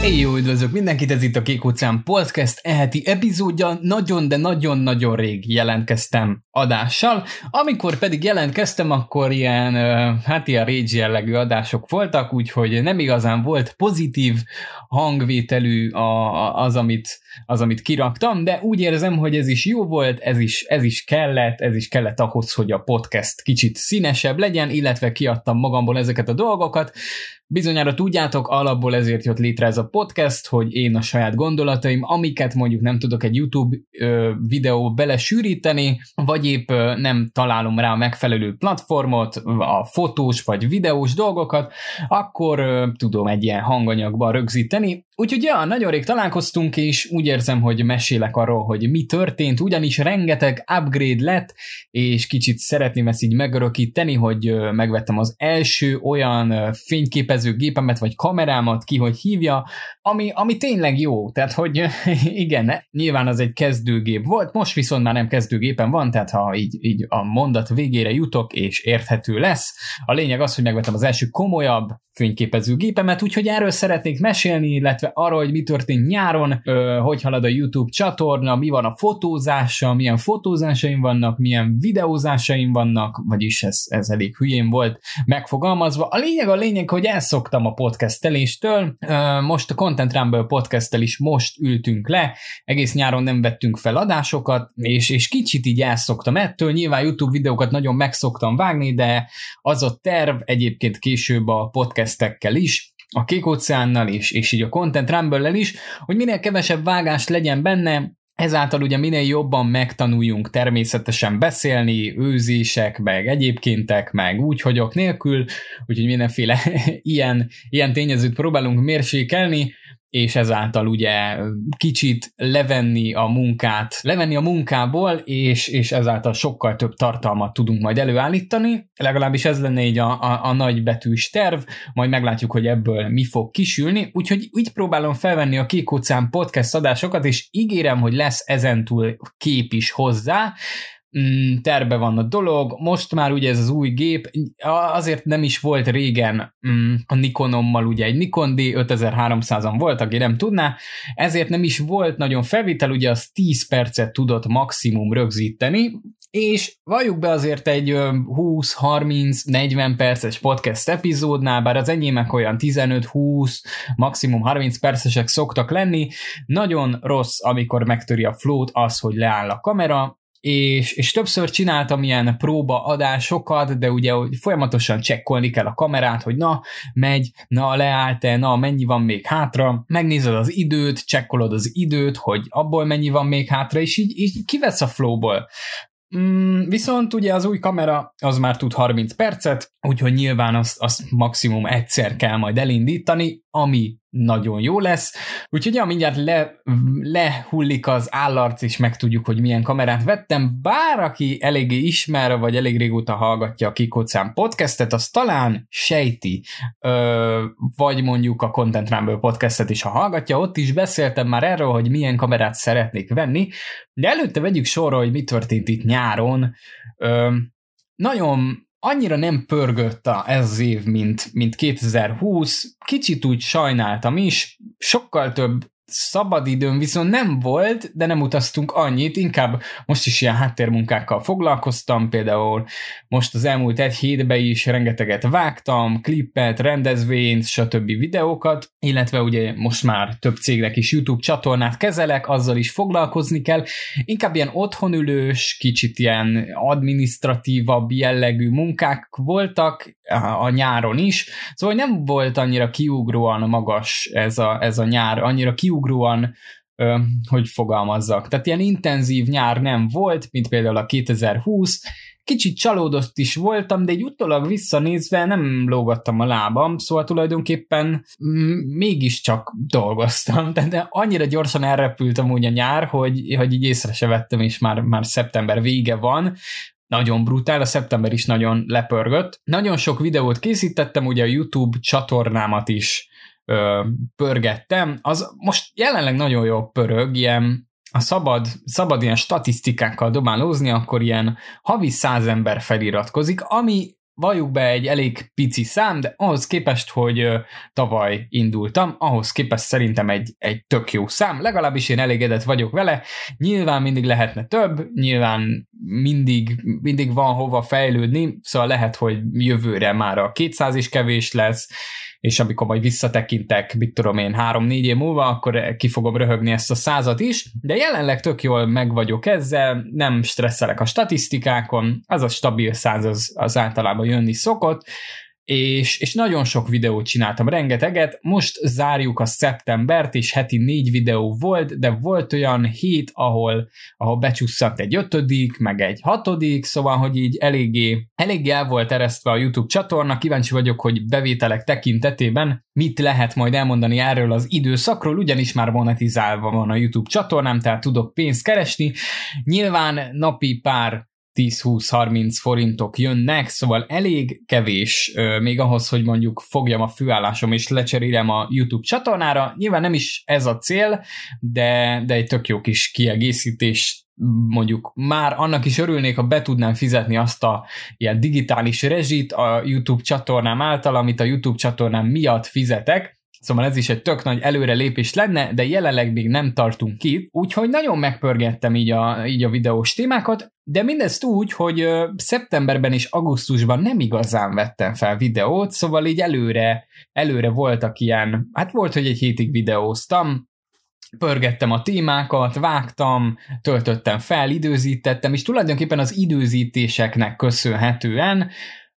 Jó, üdvözlök mindenkit, ez itt a Kék Óceán Podcast heti epizódja, nagyon, de nagyon-nagyon rég jelentkeztem adással, amikor pedig jelentkeztem, akkor ilyen rage jellegű adások voltak, úgyhogy nem igazán volt pozitív hangvételű az, amit kiraktam, de úgy érzem, hogy ez is jó volt, ez is kellett ahhoz, hogy a podcast kicsit színesebb legyen, illetve kiadtam magamból ezeket a dolgokat. Bizonyára tudjátok, alapból ezért jött létre ez a podcast, hogy én a saját gondolataim, amiket mondjuk nem tudok egy YouTube videó belesűríteni, vagy épp nem találom rá a megfelelő platformot, a fotós vagy videós dolgokat, akkor tudom egy ilyen hanganyagban rögzíteni. Úgyhogy ja, nagyon rég találkoztunk, és úgy érzem, hogy mesélek arról, hogy mi történt, ugyanis rengeteg upgrade lett, és kicsit szeretném ezt így megörökíteni, hogy megvettem az első olyan fényképezőgépemet, vagy kamerámat, ki hogy hívja, ami tényleg jó, tehát hogy igen, nyilván az egy kezdőgép volt, most viszont már nem kezdőgépen van, tehát ha így a mondat végére jutok, és érthető lesz. A lényeg az, hogy megvettem az első komolyabb fényképezőgépemet, úgyhogy erről szeretnék mesélni, illetve arról, hogy mi történt nyáron, hogy halad a YouTube csatorna, mi van a fotózással, milyen fotózásaim vannak, milyen videózásaim vannak, vagyis ez elég hülyén volt megfogalmazva. A lényeg, hogy elszoktam a podcasteléstől, most a Content Rumble podcasttel is most ültünk le, egész nyáron nem vettünk fel adásokat, és kicsit így elszoktam ettől, nyilván YouTube videókat nagyon megszoktam vágni, de az a terv egyébként később a podcastekkel is, a Kék Óceánnal is, és így a Content Rumble-lel is, hogy minél kevesebb vágás legyen benne, ezáltal ugye minél jobban megtanuljunk természetesen beszélni, őzések, meg egyébkéntek, meg úgyhogyok nélkül, úgyhogy mindenféle ilyen tényezőt próbálunk mérsékelni, és ezáltal ugye kicsit levenni a munkából, és ezáltal sokkal több tartalmat tudunk majd előállítani, legalábbis ez lenne így a nagybetűs terv, majd meglátjuk, hogy ebből mi fog kisülni, úgyhogy így próbálom felvenni a Kék Óceán podcast adásokat, és ígérem, hogy lesz ezentúl kép is hozzá, terve van a dolog, most már ugye ez az új gép, azért nem is volt régen a Nikonommal, ugye egy Nikon D5300-an volt, aki nem tudná, ezért nem is volt nagyon felvétel, ugye az 10 percet tudott maximum rögzíteni, és valljuk be azért egy 20-30-40 perces podcast epizódnál, bár az enyémek olyan 15-20, maximum 30 percesek szoktak lenni, nagyon rossz, amikor megtöri a flow-t az, hogy leáll a kamera, és többször csináltam ilyen próbaadásokat, de ugye folyamatosan csekkolni kell a kamerát, hogy na, megy, na, leállt-e, na, mennyi van még hátra, megnézed az időt, csekkolod az időt, hogy abból mennyi van még hátra, és így kivesz a flowból. Viszont ugye az új kamera az már tud 30 percet, úgyhogy nyilván azt maximum egyszer kell majd elindítani, ami nagyon jó lesz. Úgyhogy ja, mindjárt lehullik az állarc, és megtudjuk, hogy milyen kamerát vettem. Bár aki eléggé ismer, vagy elég régóta hallgatja a Kék Óceán podcastet, az talán sejti, vagy mondjuk a Content Rumble podcastet is, ha hallgatja, ott is beszéltem már erről, hogy milyen kamerát szeretnék venni, de előtte vegyük sorra, hogy mi történt itt nyáron. Nagyon annyira nem pörgött ez az év, mint 2020, kicsit úgy sajnáltam is, sokkal több szabadidőm viszont nem volt, de nem utaztunk annyit, inkább most is ilyen háttérmunkákkal foglalkoztam, például most az elmúlt egy hétben is rengeteget vágtam, klippet, rendezvényt, stb. Videókat, illetve ugye most már több cégnek is YouTube csatornát kezelek, azzal is foglalkozni kell, inkább ilyen otthonülős, kicsit ilyen adminisztratívabb jellegű munkák voltak a nyáron is, szóval nem volt annyira kiugróan magas ez a nyár, annyira kiugróan, hogy fogalmazzak. Tehát ilyen intenzív nyár nem volt, mint például a 2020, kicsit csalódott is voltam, de egy utólag visszanézve nem lógattam a lábam, szóval tulajdonképpen mégiscsak dolgoztam, de annyira gyorsan elrepült amúgy a nyár, hogy így észre se vettem, és már szeptember vége van. Nagyon brutál, a szeptember is nagyon lepörgött. Nagyon sok videót készítettem, ugye a YouTube csatornámat is pörgettem. Az most jelenleg nagyon jól pörög, ilyen a szabad ilyen statisztikákkal dobálózni, akkor ilyen havi 100 ember feliratkozik, ami valljuk be egy elég pici szám, de ahhoz képest, hogy tavaly indultam, ahhoz képest szerintem egy tök jó szám, legalábbis én elégedett vagyok vele, nyilván mindig lehetne több, nyilván mindig van hova fejlődni, szóval lehet, hogy jövőre már a 200 is kevés lesz, és amikor majd visszatekintek, mit tudom én, 3-4 év múlva, akkor ki fogom röhögni ezt a 100-at is, de jelenleg tök jól meg vagyok ezzel, nem stresszelek a statisztikákon, az a stabil 100 az általában jönni szokott, és nagyon sok videót csináltam, rengeteget, most zárjuk a szeptembert, és heti 4 videó volt, de volt olyan hét, ahol becsúszott egy 5., meg egy 6., szóval, hogy így eléggé el volt eresztve a YouTube csatorna, kíváncsi vagyok, hogy bevételek tekintetében mit lehet majd elmondani erről az időszakról, ugyanis már monetizálva van a YouTube csatornám, tehát tudok pénzt keresni, nyilván napi pár 10-20-30 forintok jönnek, szóval elég kevés még ahhoz, hogy mondjuk fogjam a főállásom és lecserélem a YouTube csatornára. Nyilván nem is ez a cél, de egy tök jó kis kiegészítés, mondjuk már annak is örülnék, ha be tudnám fizetni azt a ilyen digitális rezsit a YouTube csatornám által, amit a YouTube csatornám miatt fizetek. Szóval ez is egy tök nagy előrelépés lenne, de jelenleg még nem tartunk itt, úgyhogy nagyon megpörgettem így a videós témákat, de mindezt úgy, hogy szeptemberben és augusztusban nem igazán vettem fel videót, szóval így előre voltak ilyen, hát volt, hogy egy hétig videóztam, pörgettem a témákat, vágtam, töltöttem fel, időzítettem, és tulajdonképpen az időzítéseknek köszönhetően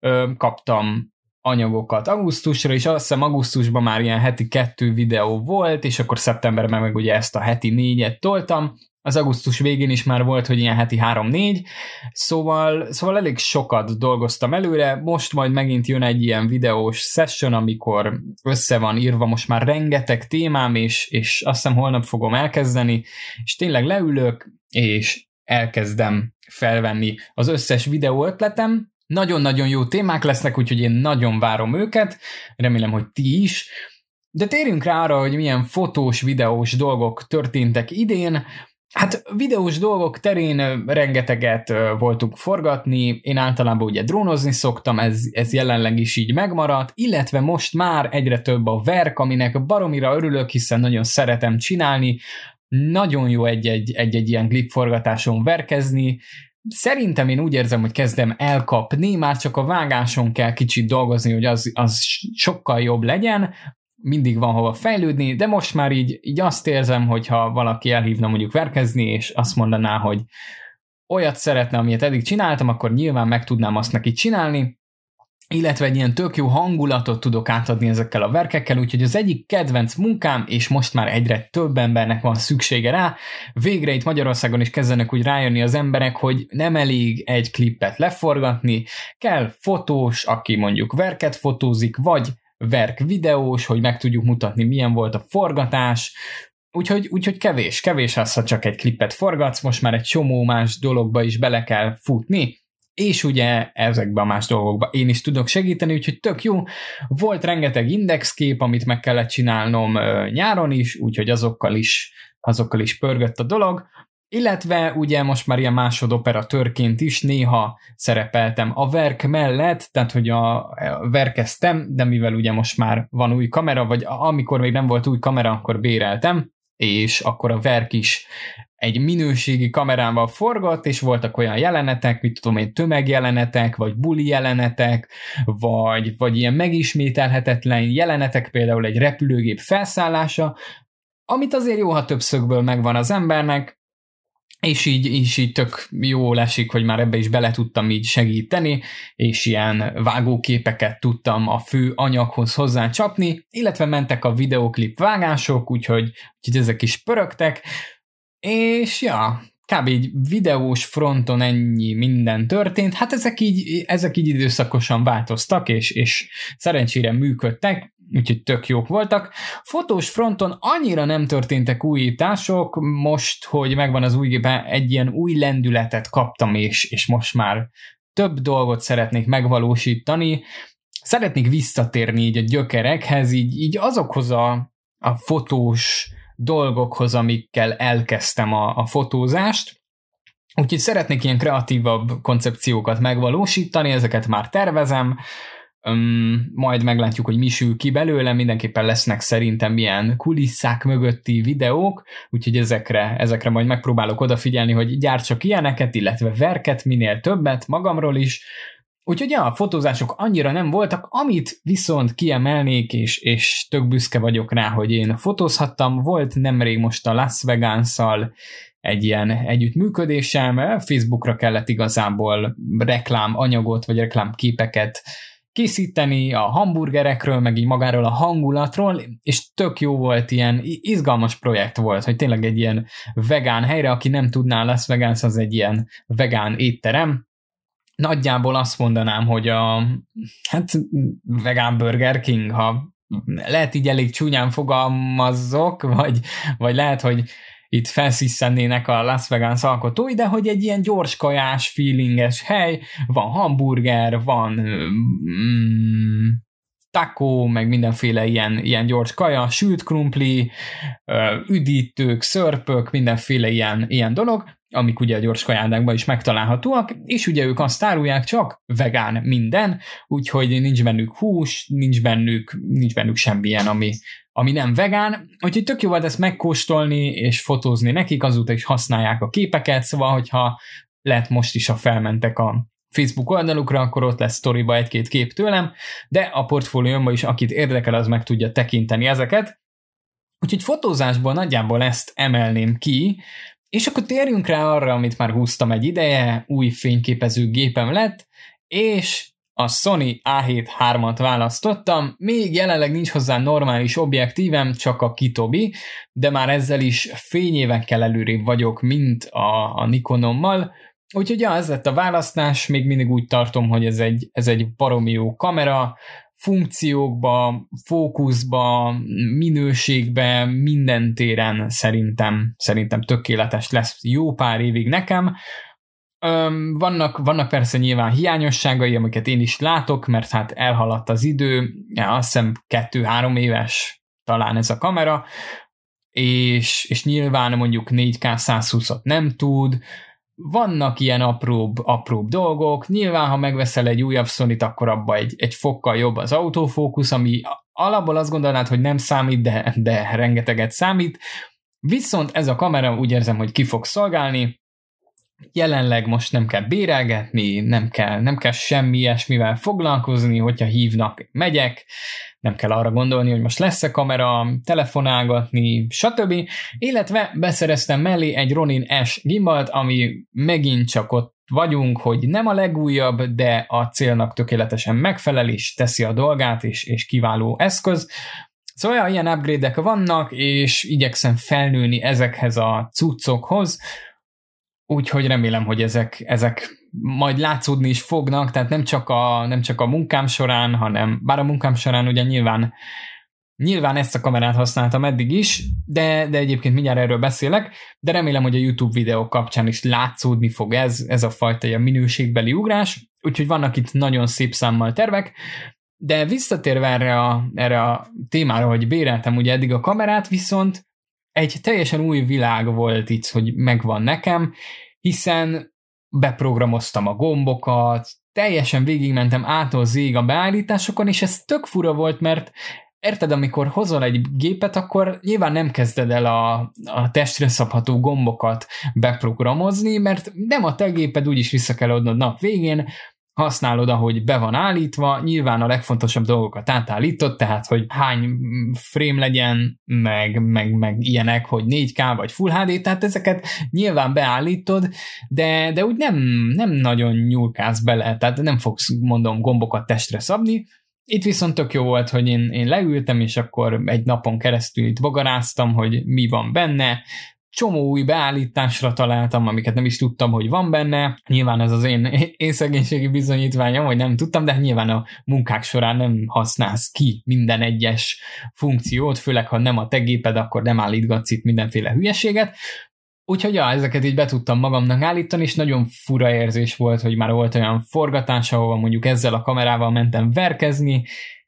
kaptam anyagokat augusztusra, és azt hiszem augusztusban már ilyen heti 2 videó volt, és akkor szeptemberben meg ugye ezt a heti 4-et toltam, az augusztus végén is már volt, hogy ilyen heti 3-4, szóval elég sokat dolgoztam előre, most majd megint jön egy ilyen videós session, amikor össze van írva most már rengeteg témám, és azt hiszem holnap fogom elkezdeni, és tényleg leülök, és elkezdem felvenni az összes videó ötletem. Nagyon-nagyon jó témák lesznek, úgyhogy én nagyon várom őket, remélem, hogy ti is. De térjünk rá arra, hogy milyen fotós, videós dolgok történtek idén. Hát videós dolgok terén rengeteget voltunk forgatni, én általában ugye drónozni szoktam, ez jelenleg is így megmaradt, illetve most már egyre több a verk, aminek baromira örülök, hiszen nagyon szeretem csinálni, nagyon jó egy ilyen klipforgatáson verkezni. Szerintem én úgy érzem, hogy kezdem elkapni, már csak a vágáson kell kicsit dolgozni, hogy az sokkal jobb legyen, mindig van hova fejlődni, de most már így azt érzem, hogyha valaki elhívna mondjuk verkezni, és azt mondaná, hogy olyat szeretne, amilyet eddig csináltam, akkor nyilván meg tudnám azt neki csinálni, illetve egy ilyen tök jó hangulatot tudok átadni ezekkel a verkekkel, úgyhogy az egyik kedvenc munkám, és most már egyre több embernek van szüksége rá, végre itt Magyarországon is kezdenek úgy rájönni az emberek, hogy nem elég egy klippet leforgatni, kell fotós, aki mondjuk verket fotózik, vagy verk videós, hogy meg tudjuk mutatni, milyen volt a forgatás, úgyhogy kevés az, ha csak egy klippet forgatsz, most már egy csomó más dologba is bele kell futni, és ugye ezekben a más dolgokban én is tudok segíteni, úgyhogy tök jó. Volt rengeteg indexkép, amit meg kellett csinálnom nyáron is, úgyhogy azokkal is pörgött a dolog, illetve ugye most már ilyen másodoperatőrként is néha szerepeltem a verk mellett, tehát hogy verkeztem, de mivel ugye most már van új kamera, vagy amikor még nem volt új kamera, akkor béreltem, és akkor a verk is egy minőségi kamerával forgott, és voltak olyan jelenetek, mit tudom én, tömegjelenetek, vagy buli jelenetek, vagy ilyen megismételhetetlen jelenetek, például egy repülőgép felszállása, amit azért jó, ha több szögből megvan az embernek, és így tök jól esik, hogy már ebbe is bele tudtam így segíteni, és ilyen vágóképeket tudtam a fő anyaghoz hozzácsapni, illetve mentek a videóklip vágások, úgyhogy ezek is pörögtek, és ja, kb. Így videós fronton ennyi minden történt, hát ezek így időszakosan változtak, és szerencsére működtek, úgyhogy tök jók voltak. Fotós fronton annyira nem történtek újítások, most, hogy megvan az új gépen, egy ilyen új lendületet kaptam, és most már több dolgot szeretnék megvalósítani. Szeretnék visszatérni így a gyökerekhez, így azokhoz a fotós dolgokhoz, amikkel elkezdtem a fotózást. Úgyhogy szeretnék ilyen kreatívabb koncepciókat megvalósítani, ezeket már tervezem, majd meglátjuk, hogy mi sül ki belőle, mindenképpen lesznek szerintem ilyen kulisszák mögötti videók, úgyhogy ezekre majd megpróbálok odafigyelni, hogy gyártsak ilyeneket, illetve verket, minél többet magamról is. Úgyhogy a fotózások annyira nem voltak, amit viszont kiemelnék, és tök büszke vagyok rá, hogy én fotózhattam. Volt nemrég most a Las Vegas-szal egy ilyen együttműködésem, Facebookra kellett igazából reklámanyagot, vagy reklámképeket készíteni a hamburgerekről, meg így magáról a hangulatról, és tök jó volt, ilyen izgalmas projekt volt, hogy tényleg egy ilyen vegán helyre, aki nem tudná, Las Vegas az egy ilyen vegán étterem. Nagyjából azt mondanám, hogy vegán Burger King, ha lehet így elég csúnyán fogalmazzok, vagy lehet, hogy itt felszisszennének a Las Vegas alkotói, de hogy egy ilyen gyors kajás, feelinges hely, van hamburger, van taco, meg mindenféle ilyen gyors kaja, sült krumpli, üdítők, szörpök, mindenféle ilyen dolog, amik ugye a gyors kajádákban is megtalálhatóak, és ugye ők azt árulják, csak vegán minden, úgyhogy nincs bennük hús, nincs bennük semmilyen, ami nem vegán, úgyhogy tök jó volt ezt megkóstolni és fotózni nekik, azóta is használják a képeket, szóval hogyha lehet most is, ha felmentek a Facebook oldalukra, akkor ott lesz sztoriba egy-két kép tőlem, de a portfóliómban is, akit érdekel, az meg tudja tekinteni ezeket. Úgyhogy fotózásból nagyjából ezt emelném ki, és akkor térjünk rá arra, amit már húztam egy ideje, új fényképező gépem lett, és a Sony A7 III-at választottam, még jelenleg nincs hozzá normális objektívem, csak a Kitobi, de már ezzel is fényévekkel előrébb vagyok, mint a Nikonommal, úgyhogy ez lett a választás, még mindig úgy tartom, hogy ez egy baromi jó kamera, funkciókba, fókuszba, minőségbe, minden téren szerintem tökéletes lesz jó pár évig nekem. Vannak persze nyilván hiányosságai, amiket én is látok, mert hát elhaladt az idő, azt hiszem 2-3 éves talán ez a kamera, és nyilván mondjuk 4K 120-at nem tud, vannak ilyen apróbb dolgok, nyilván ha megveszel egy újabb Sony-t, akkor abba egy fokkal jobb az autofókusz, ami alapból azt gondolnád, hogy nem számít, de rengeteget számít, viszont ez a kamera úgy érzem, hogy ki fog szolgálni, jelenleg most nem kell bérelgetni, nem kell semmi ilyesmivel foglalkozni, hogyha hívnak, megyek, nem kell arra gondolni, hogy most lesz-e kamera, telefonálgatni, stb. Illetve beszereztem mellé egy Ronin S gimbalt, ami megint csak ott vagyunk, hogy nem a legújabb, de a célnak tökéletesen megfelel, és teszi a dolgát, és kiváló eszköz. Szóval ilyen upgrade-ek vannak, és igyekszem felnőni ezekhez a cuccokhoz, úgyhogy remélem, hogy ezek majd látszódni is fognak, tehát nem csak a munkám során, hanem bár a munkám során ugye nyilván ezt a kamerát használtam eddig is, de egyébként mindjárt erről beszélek, de remélem, hogy a YouTube videók kapcsán is látszódni fog ez a fajta minőségbeli ugrás, úgyhogy vannak itt nagyon szép számmal tervek, de visszatérve erre a témára, hogy béreltem ugye eddig a kamerát, viszont egy teljesen új világ volt itt, hogy megvan nekem, hiszen beprogramoztam a gombokat, teljesen végigmentem A-tól Z-ig a beállításokon, és ez tök fura volt, mert érted, amikor hozol egy gépet, akkor nyilván nem kezded el a testre szabható gombokat beprogramozni, mert nem a te géped, úgyis vissza kell adnod nap végén, használod, ahogy be van állítva, nyilván a legfontosabb dolgokat átállítod, tehát, hogy hány frame legyen, meg ilyenek, hogy 4K vagy Full HD, tehát ezeket nyilván beállítod, de úgy nem nagyon nyúlkálsz bele, tehát nem fogsz, mondom, gombokat testre szabni. Itt viszont tök jó volt, hogy én leültem, és akkor egy napon keresztül itt bogaráztam, hogy mi van benne, csomó új beállításra találtam, amiket nem is tudtam, hogy van benne. Nyilván ez az én szegénységi bizonyítványom, hogy nem tudtam, de nyilván a munkák során nem használsz ki minden egyes funkciót, főleg ha nem a te géped, akkor nem állítgatsz itt mindenféle hülyeséget. Úgyhogy ezeket így be tudtam magamnak állítani, és nagyon fura érzés volt, hogy már volt olyan forgatás, ahol mondjuk ezzel a kamerával mentem verkezni,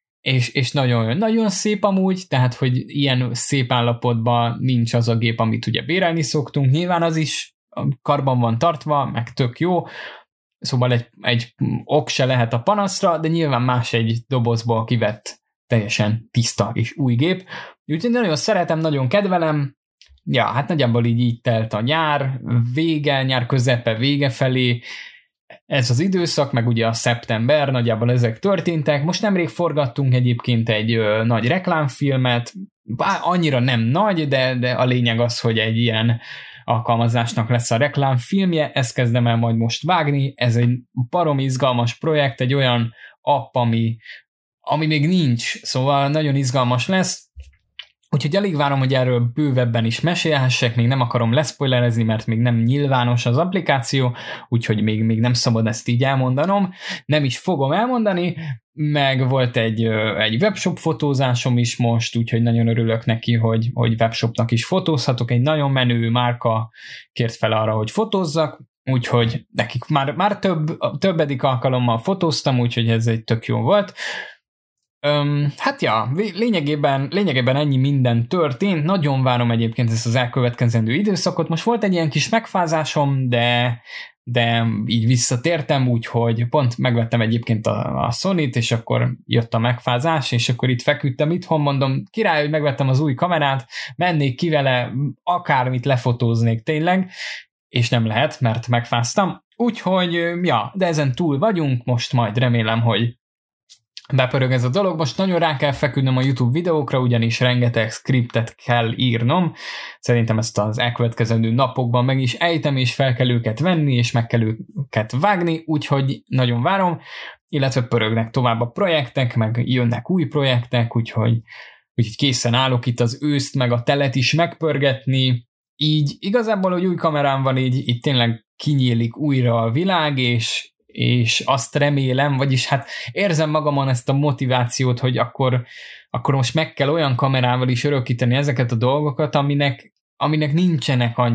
és nagyon, nagyon szép amúgy, tehát, hogy ilyen szép állapotban nincs az a gép, amit ugye bérelni szoktunk. Nyilván karban van tartva, meg tök jó, szóval egy ok se lehet a panaszra, de nyilván más egy dobozból kivett teljesen tiszta és új gép. Úgyhogy nagyon szeretem, nagyon kedvelem. Ja, hát nagyjából így telt a nyár vége, nyár közepe vége felé. Ez az időszak, meg ugye a szeptember, nagyjából ezek történtek. Most nemrég forgattunk egyébként egy nagy reklámfilmet, annyira nem nagy, de a lényeg az, hogy egy ilyen alkalmazásnak lesz a reklámfilmje, ezt kezdem el majd most vágni, ez egy baromi izgalmas projekt, egy olyan app, ami még nincs, szóval nagyon izgalmas lesz, úgyhogy alig várom, hogy erről bővebben is mesélhessek, még nem akarom leszpoilerezni, mert még nem nyilvános az applikáció, úgyhogy még nem szabad ezt így elmondanom, nem is fogom elmondani, meg volt egy webshop fotózásom is most, úgyhogy nagyon örülök neki, hogy webshopnak is fotózhatok, egy nagyon menő márka kért fel arra, hogy fotózzak, úgyhogy nekik már többedik alkalommal fotóztam, úgyhogy ez egy tök jó volt. Hát ja, lényegében ennyi minden történt, nagyon várom egyébként ezt az elkövetkezendő időszakot, most volt egy ilyen kis megfázásom, de így visszatértem, úgyhogy pont megvettem egyébként a Sony-t, és akkor jött a megfázás, és akkor itt feküdtem itthon, mondom, király, hogy megvettem az új kamerát, mennék ki vele, akármit lefotóznék tényleg, és nem lehet, mert megfáztam, úgyhogy ja, de ezen túl vagyunk, most majd remélem, hogy bepörög ez a dolog, most nagyon rá kell feküdnöm a YouTube videókra, ugyanis rengeteg scriptet kell írnom, szerintem ezt az elkövetkezendő napokban meg is ejtem, és fel kell őket venni, és meg kell őket vágni, úgyhogy nagyon várom, illetve pörögnek tovább a projektek, meg jönnek új projektek, úgyhogy készen állok itt az őszt, meg a telet is megpörgetni, így igazából, hogy új kamerám van, így tényleg kinyílik újra a világ, és azt remélem, vagyis hát érzem magamon ezt a motivációt, hogy akkor most meg kell olyan kamerával is örökíteni ezeket a dolgokat, aminek nincs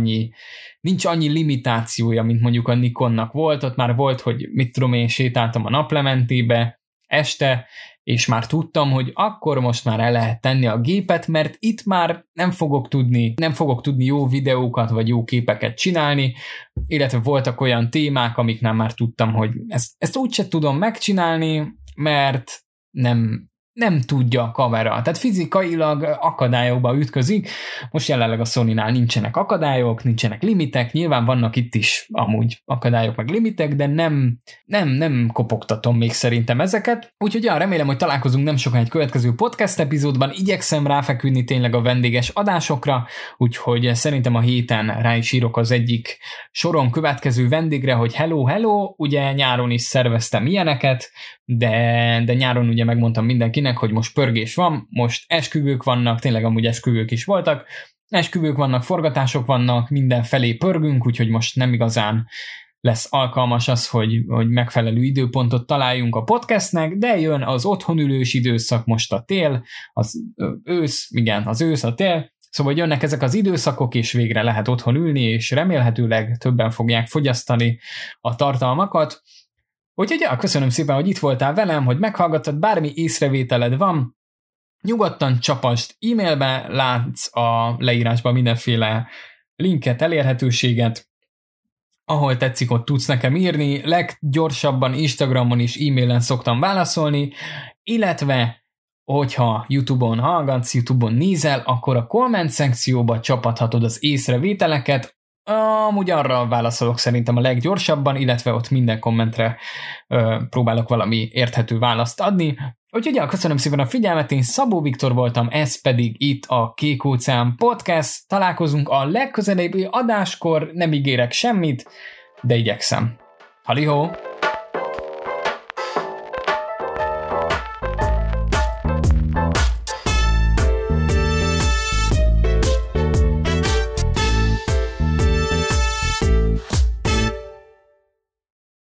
annyi limitációja, mint mondjuk a Nikonnak volt, ott már volt, hogy mit tudom én, sétáltam a naplementébe este, és már tudtam, hogy akkor most már el lehet tenni a gépet, mert itt már nem fogok tudni jó videókat vagy jó képeket csinálni, illetve voltak olyan témák, amiknál már tudtam, hogy ezt úgyse tudom megcsinálni, mert nem tudja a kamera. Tehát fizikailag akadályokba ütközik. Most jelenleg a Sony-nál nincsenek akadályok, nincsenek limitek, nyilván vannak itt is amúgy akadályok meg limitek, de nem kopogtatom még szerintem ezeket. Úgyhogy ja, remélem, hogy találkozunk nem sokan egy következő podcast epizódban. Igyekszem ráfeküdni tényleg a vendéges adásokra, úgyhogy szerintem a héten rá is írok az egyik soron következő vendégre, hogy hello, ugye nyáron is szerveztem ilyeneket, de nyáron ugye megmondtam mindenkinek, hogy most pörgés van, most esküvők vannak, tényleg amúgy esküvők is voltak, esküvők vannak, forgatások vannak, mindenfelé pörgünk, úgyhogy most nem igazán lesz alkalmas az, hogy megfelelő időpontot találjunk a podcastnek, de jön az otthonülős időszak, most a tél, az ősz, a tél, szóval jönnek ezek az időszakok, és végre lehet otthon ülni, és remélhetőleg többen fogják fogyasztani a tartalmakat. Úgyhogy ja, köszönöm szépen, hogy itt voltál velem, hogy meghallgattad, bármi észrevételed van, nyugodtan csapasd e-mailbe, látsz a leírásban mindenféle linket, elérhetőséget, ahol tetszik, ott tudsz nekem írni, leggyorsabban Instagramon és e-mailen szoktam válaszolni, illetve hogyha YouTube-on hallgatsz, YouTube-on nézel, akkor a komment szekcióba csapathatod az észrevételeket, amúgy arra válaszolok szerintem a leggyorsabban, illetve ott minden kommentre próbálok valami érthető választ adni. Úgyhogy ja, köszönöm szépen a figyelmet, én Szabó Viktor voltam, ez pedig itt a Kék Óceán Podcast. Találkozunk a legközelebbi adáskor, nem ígérek semmit, de igyekszem. Halihó!